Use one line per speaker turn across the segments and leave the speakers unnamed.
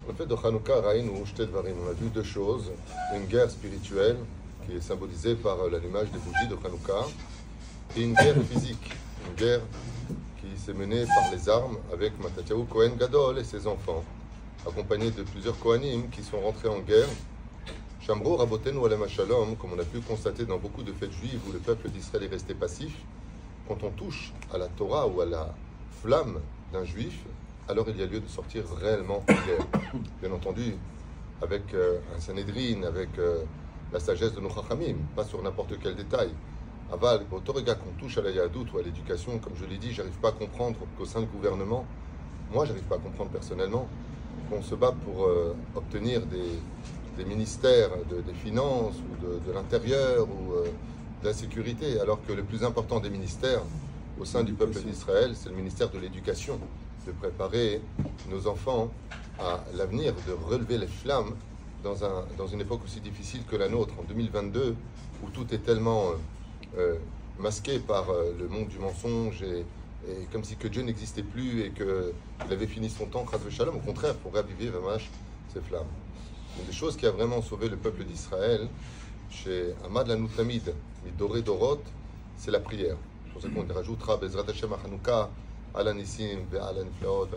En fait, de Hanouka, Raïnou, Shtet Varim, on a vu deux choses. Une guerre spirituelle, qui est symbolisée par l'allumage des bougies de Hanouka, et une guerre physique, une guerre qui s'est menée par les armes avec Matatiahu Kohen Gadol et ses enfants, accompagnés de plusieurs Kohanim qui sont rentrés en guerre. Shamro Rabotenu Alem Shalom, comme on a pu constater dans beaucoup de fêtes juives où le peuple d'Israël est resté passif, quand on touche à la Torah ou à la flamme d'un juif, alors il y a lieu de sortir réellement en guerre. Bien entendu, avec un Sanhedrin, avec la sagesse de nos Chachamim, pas sur n'importe quel détail. Aval, au regard qu'on touche à la Yahadout ou à l'éducation, comme je l'ai dit, j'arrive pas à comprendre qu'au sein du gouvernement, moi j'arrive pas à comprendre personnellement, qu'on se bat pour obtenir des ministères des finances ou de l'intérieur ou de la sécurité, alors que le plus important des ministères au sein du peuple d'Israël, c'est le ministère de l'éducation, de préparer nos enfants à l'avenir, de relever les flammes dans une époque aussi difficile que la nôtre, en 2022, où tout est tellement masqué par le monde du mensonge et comme si que Dieu n'existait plus et qu'il avait fini son temps, Chas v'Shalom. Au contraire, pour raviver Vamash ces flammes. Une des choses qui a vraiment sauvé le peuple d'Israël, chez Ahmad Lanout Tamid, Midoré Dorot, c'est la prière. C'est pour ça qu'on rajoutera Bezrat Hashem Hanouka, Ala Nissim, Ve'ala Niflaot,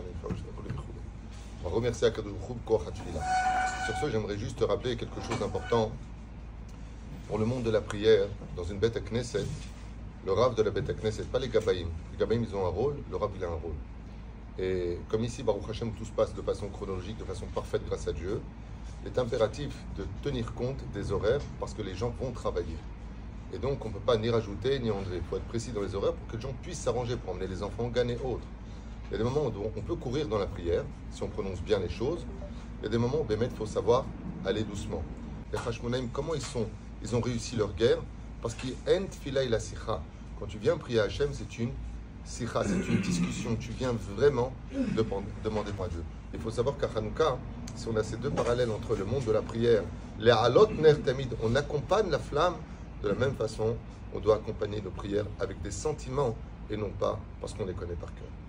on va remercier Akadosh Baruch Hu Koach HaTefila. Sur ce, j'aimerais juste rappeler quelque chose d'important pour le monde de la prière. Dans une Beth Knesset, le Rav de la Beth Knesset, pas les Gabaïm. Les Gabaïm, ils ont un rôle, le Rav, il a un rôle. Et comme ici, Baruch Hashem, tout se passe de façon chronologique, de façon parfaite grâce à Dieu, il est impératif de tenir compte des horaires parce que les gens vont travailler. Et donc, on ne peut pas ni rajouter ni enlever. Il faut être précis dans les horaires pour que les gens puissent s'arranger pour emmener les enfants, gagner autres. Il y a des moments où on peut courir dans la prière, si on prononce bien les choses. Il y a des moments où il faut savoir aller doucement. Les Hashmonaïm, comment ils ont réussi leur guerre? Parce qu'il y a un tfila la sikha. Quand tu viens prier à Hachem, c'est une sikha, c'est une discussion. Tu viens vraiment demander pour Dieu. Il faut savoir qu'à Hanouka, si on a ces deux parallèles entre le monde de la prière, les halot ner tamid, on accompagne la flamme de la même façon. On doit accompagner nos prières avec des sentiments et non pas parce qu'on les connaît par cœur.